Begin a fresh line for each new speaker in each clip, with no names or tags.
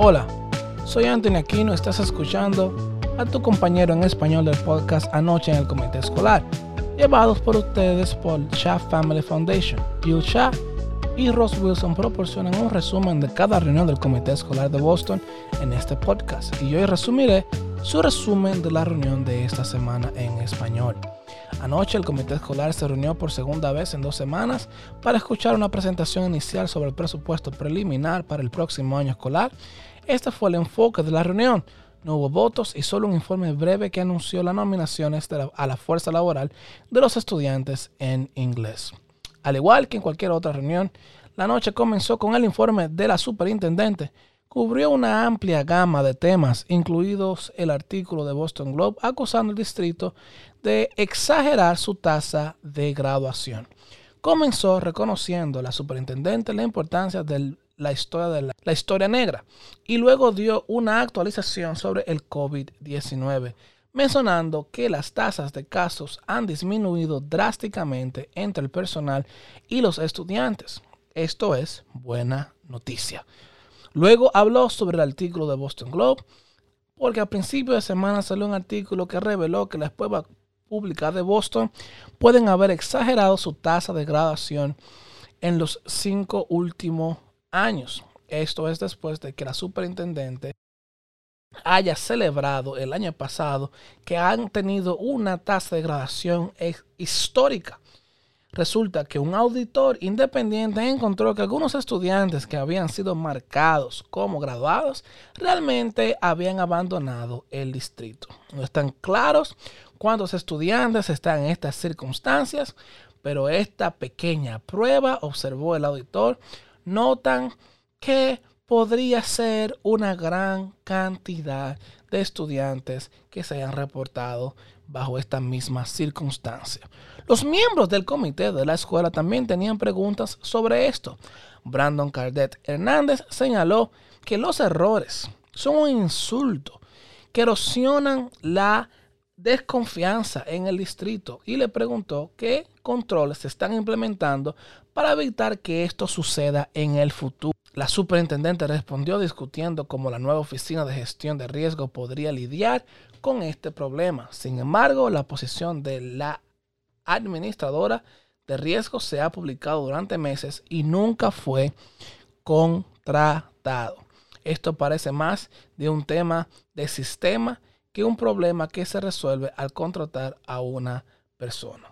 Hola, soy Anthony Aquino. Estás escuchando a tu compañero en español del podcast Anoche en el Comité Escolar, llevados por ustedes por Shaft Family Foundation. Bill Shaft y Ross Wilson proporcionan un resumen de cada reunión del Comité Escolar de Boston en este podcast, y hoy resumiré su resumen de la reunión de esta semana en español. Anoche el comité escolar se reunió por segunda vez en 2 semanas para escuchar una presentación inicial sobre el presupuesto preliminar para el próximo año escolar. Este fue el enfoque de la reunión. No hubo votos y solo un informe breve que anunció las nominaciones a la fuerza laboral de los estudiantes en inglés. Al igual que en cualquier otra reunión, la noche comenzó con el informe de la superintendente. Cubrió una amplia gama de temas, incluidos el artículo de Boston Globe acusando al distrito de exagerar su tasa de graduación. Comenzó reconociendo la superintendente la importancia de la historia negra, y luego dio una actualización sobre el COVID-19, mencionando que las tasas de casos han disminuido drásticamente entre el personal y los estudiantes. Esto es buena noticia. Luego habló sobre el artículo de Boston Globe, porque a principios de semana salió un artículo que reveló que las escuelas públicas de Boston pueden haber exagerado su tasa de graduación en los 5 últimos años. Esto es después de que la superintendente haya celebrado el año pasado que han tenido una tasa de graduación histórica. Resulta que un auditor independiente encontró que algunos estudiantes que habían sido marcados como graduados realmente habían abandonado el distrito. No están claros cuántos estudiantes están en estas circunstancias, pero esta pequeña prueba, observó el auditor, notan que podría ser una gran cantidad de estudiantes que se hayan reportado bajo esta misma circunstancia. Los miembros del comité de la escuela también tenían preguntas sobre esto. Brandon Cardet Hernández señaló que los errores son un insulto que erosionan la desconfianza en el distrito, y le preguntó qué controles se están implementando para evitar que esto suceda en el futuro. La superintendente respondió discutiendo cómo la nueva oficina de gestión de riesgo podría lidiar con este problema. Sin embargo, la posición de la administradora de riesgo se ha publicado durante meses y nunca fue contratado. Esto parece más de un tema de sistema que un problema que se resuelve al contratar a una persona.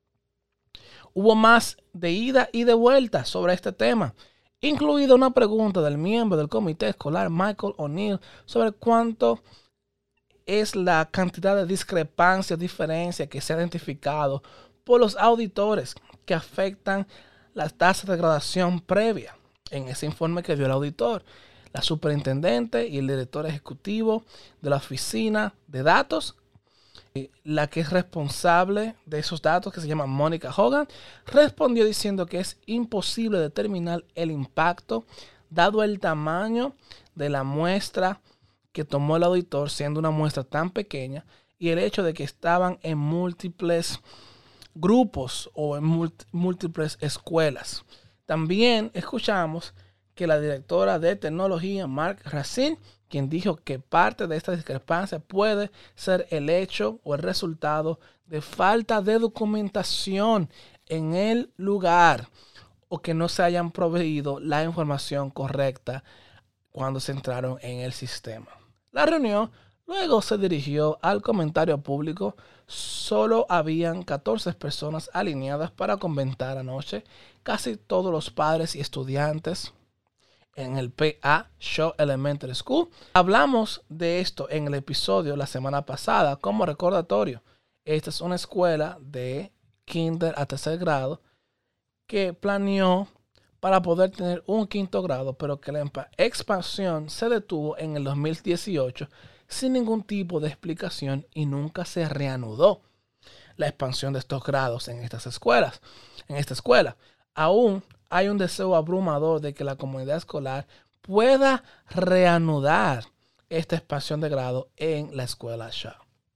Hubo más de ida y de vuelta sobre este tema, incluida una pregunta del miembro del comité escolar Michael O'Neill sobre cuánto es la cantidad de discrepancia, diferencia que se ha identificado por los auditores que afectan las tasas de graduación previa. En ese informe que dio el auditor, la superintendente y el director ejecutivo de la oficina de datos, la que es responsable de esos datos, que se llama Mónica Hogan, respondió diciendo que es imposible determinar el impacto dado el tamaño de la muestra que tomó el auditor, siendo una muestra tan pequeña, y el hecho de que estaban en múltiples grupos o en múltiples escuelas. También escuchamos que la directora de tecnología, Mark Racine, quien dijo que parte de esta discrepancia puede ser el hecho o el resultado de falta de documentación en el lugar, o que no se hayan proveído la información correcta cuando se entraron en el sistema. La reunión luego se dirigió al comentario público. Solo habían 14 personas alineadas para comentar anoche. Casi todos los padres y estudiantes en el PA Shaw Elementary School. Hablamos de esto en el episodio la semana pasada como recordatorio. Esta es una escuela de kinder a 3er grado que planeó para poder tener un 5º grado, pero que la expansión se detuvo en el 2018 sin ningún tipo de explicación y nunca se reanudó la expansión de estos grados en estas escuelas. En esta escuela aún hay un deseo abrumador de que la comunidad escolar pueda reanudar esta expansión de grado en la escuela Shaw.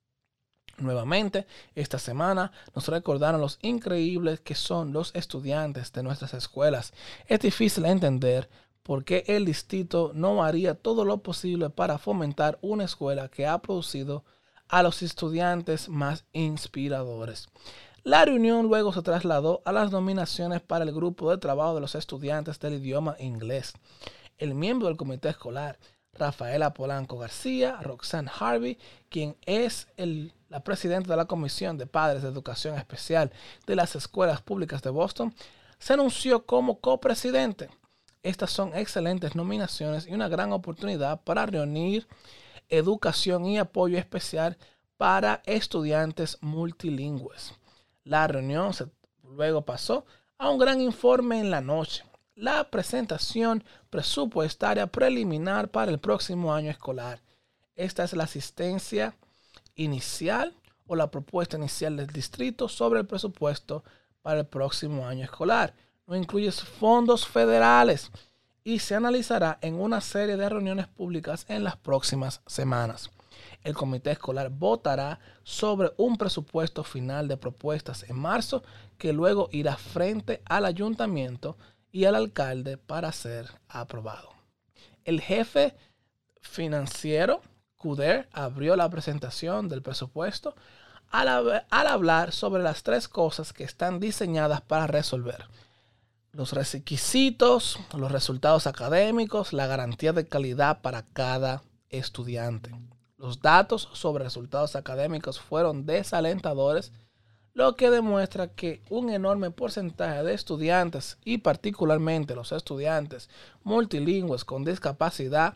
Nuevamente, esta semana nos recordaron los increíbles que son los estudiantes de nuestras escuelas. Es difícil entender por qué el distrito no haría todo lo posible para fomentar una escuela que ha producido a los estudiantes más inspiradores. La reunión luego se trasladó a las nominaciones para el grupo de trabajo de los estudiantes del idioma inglés. El miembro del comité escolar, Rafaela Polanco García, Roxanne Harvey, quien es la presidenta de la Comisión de Padres de Educación Especial de las Escuelas Públicas de Boston, se anunció como copresidente. Estas son excelentes nominaciones y una gran oportunidad para reunir educación y apoyo especial para estudiantes multilingües. La reunión luego pasó a un gran informe en la noche, la presentación presupuestaria preliminar para el próximo año escolar. Esta es la asistencia inicial o la propuesta inicial del distrito sobre el presupuesto para el próximo año escolar. No incluye fondos federales y se analizará en una serie de reuniones públicas en las próximas semanas. El comité escolar votará sobre un presupuesto final de propuestas en marzo que luego irá frente al ayuntamiento y al alcalde para ser aprobado. El jefe financiero, Kuder, abrió la presentación del presupuesto al hablar sobre las tres cosas que están diseñadas para resolver: los requisitos, los resultados académicos, la garantía de calidad para cada estudiante. Los datos sobre resultados académicos fueron desalentadores, lo que demuestra que un enorme porcentaje de estudiantes, y particularmente los estudiantes multilingües con discapacidad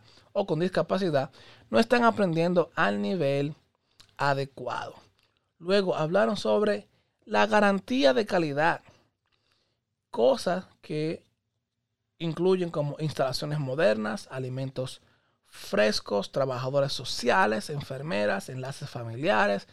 no están aprendiendo al nivel adecuado. Luego hablaron sobre la garantía de calidad, cosas que incluyen como instalaciones modernas, alimentos frescos, trabajadores sociales, enfermeras, enlaces familiares,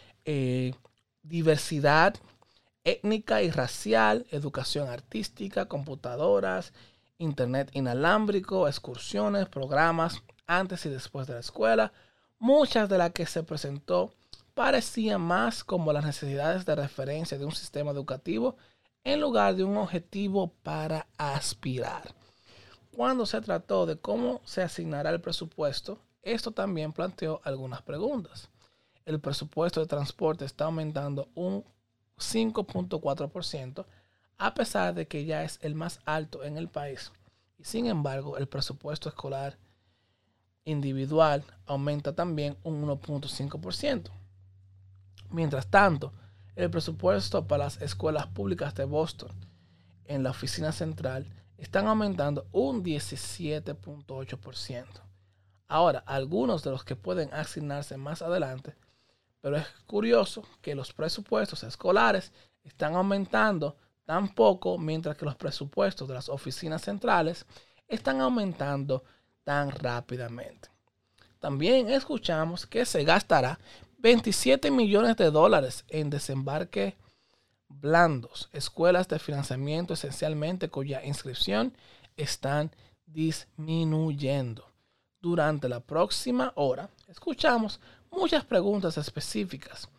diversidad étnica y racial, educación artística, computadoras, internet inalámbrico, excursiones, programas antes y después de la escuela. Muchas de las que se presentó parecían más como las necesidades de referencia de un sistema educativo en lugar de un objetivo para aspirar. Cuando se trató de cómo se asignará el presupuesto, esto también planteó algunas preguntas. El presupuesto de transporte está aumentando un 5.4%, a pesar de que ya es el más alto en el país. Y sin embargo, el presupuesto escolar individual aumenta también un 1.5%. Mientras tanto, el presupuesto para las escuelas públicas de Boston en la oficina central están aumentando un 17.8%. Ahora, algunos de los que pueden asignarse más adelante, pero es curioso que los presupuestos escolares están aumentando tan poco, mientras que los presupuestos de las oficinas centrales están aumentando tan rápidamente. También escuchamos que se gastará $27 millones en desembarque blandos, escuelas de financiamiento esencialmente cuya inscripción están disminuyendo. Durante la próxima hora escuchamos muchas preguntas específicas,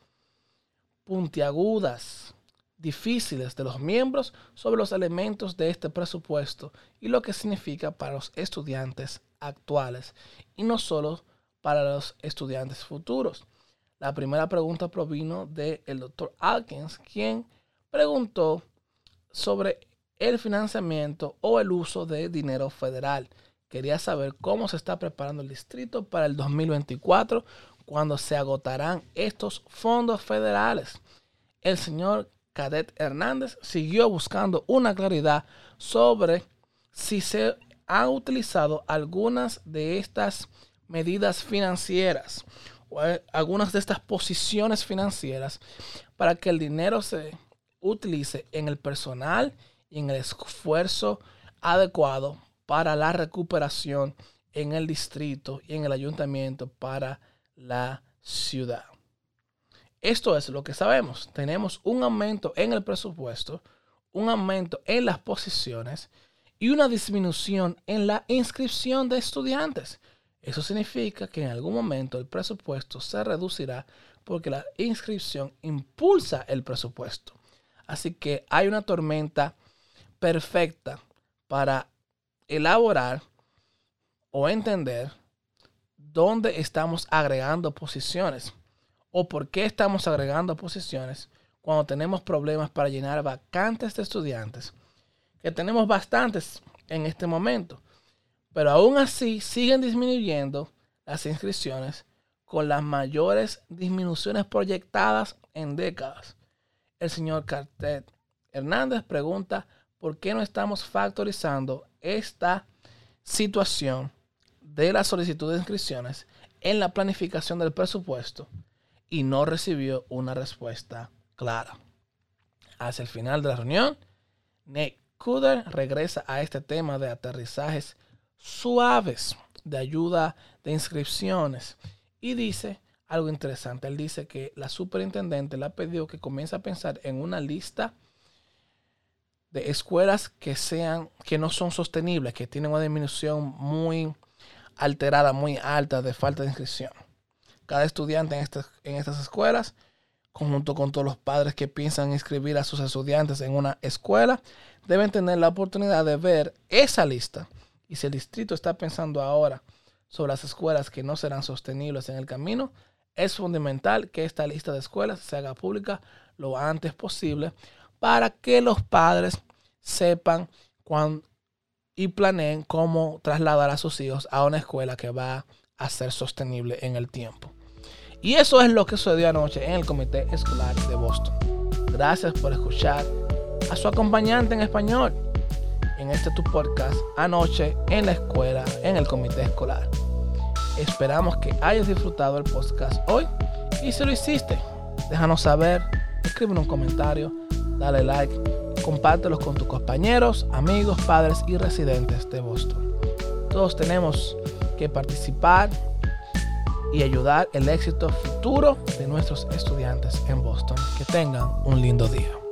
puntiagudas, difíciles de los miembros sobre los elementos de este presupuesto y lo que significa para los estudiantes actuales y no solo para los estudiantes futuros. La primera pregunta provino del Dr. Alkins, quien preguntó sobre el financiamiento o el uso de dinero federal. Quería saber cómo se está preparando el distrito para el 2024, cuando se agotarán estos fondos federales. El señor Cadet Hernández siguió buscando una claridad sobre si se han utilizado algunas de estas medidas financieras o algunas de estas posiciones financieras para que el dinero se utilice en el personal y en el esfuerzo adecuado para la recuperación en el distrito y en el ayuntamiento para la ciudad. Esto es lo que sabemos. Tenemos un aumento en el presupuesto, un aumento en las posiciones y una disminución en la inscripción de estudiantes. Eso significa que en algún momento el presupuesto se reducirá porque la inscripción impulsa el presupuesto. Así que hay una tormenta perfecta para elaborar o entender dónde estamos agregando posiciones o por qué estamos agregando posiciones cuando tenemos problemas para llenar vacantes de estudiantes, que tenemos bastantes en este momento, pero aún así siguen disminuyendo las inscripciones con las mayores disminuciones proyectadas en décadas. El señor Cartet Hernández pregunta por qué no estamos factorizando esta situación de la solicitud de inscripciones en la planificación del presupuesto y no recibió una respuesta clara. Hacia el final de la reunión, Nate Kuder regresa a este tema de aterrizajes suaves de ayuda de inscripciones y dice algo interesante. Él dice que la superintendente le ha pedido que comience a pensar en una lista de escuelas que no son sostenibles, que tienen una disminución muy alterada, muy alta de falta de inscripción. Cada estudiante en estas escuelas, conjunto con todos los padres que piensan inscribir a sus estudiantes en una escuela, deben tener la oportunidad de ver esa lista. Y si el distrito está pensando ahora sobre las escuelas que no serán sostenibles en el camino, es fundamental que esta lista de escuelas se haga pública lo antes posible para que los padres sepan y planeen cómo trasladar a sus hijos a una escuela que va a ser sostenible en el tiempo. Y eso es lo que sucedió anoche en el Comité Escolar de Boston. Gracias por escuchar a su acompañante en español en este tu podcast Anoche en la Escuela en el Comité Escolar. Esperamos que hayas disfrutado el podcast hoy y si lo hiciste, déjanos saber, escribe un comentario, dale like, compártelos con tus compañeros, amigos, padres y residentes de Boston. Todos tenemos que participar y ayudar el éxito futuro de nuestros estudiantes en Boston. Que tengan un lindo día.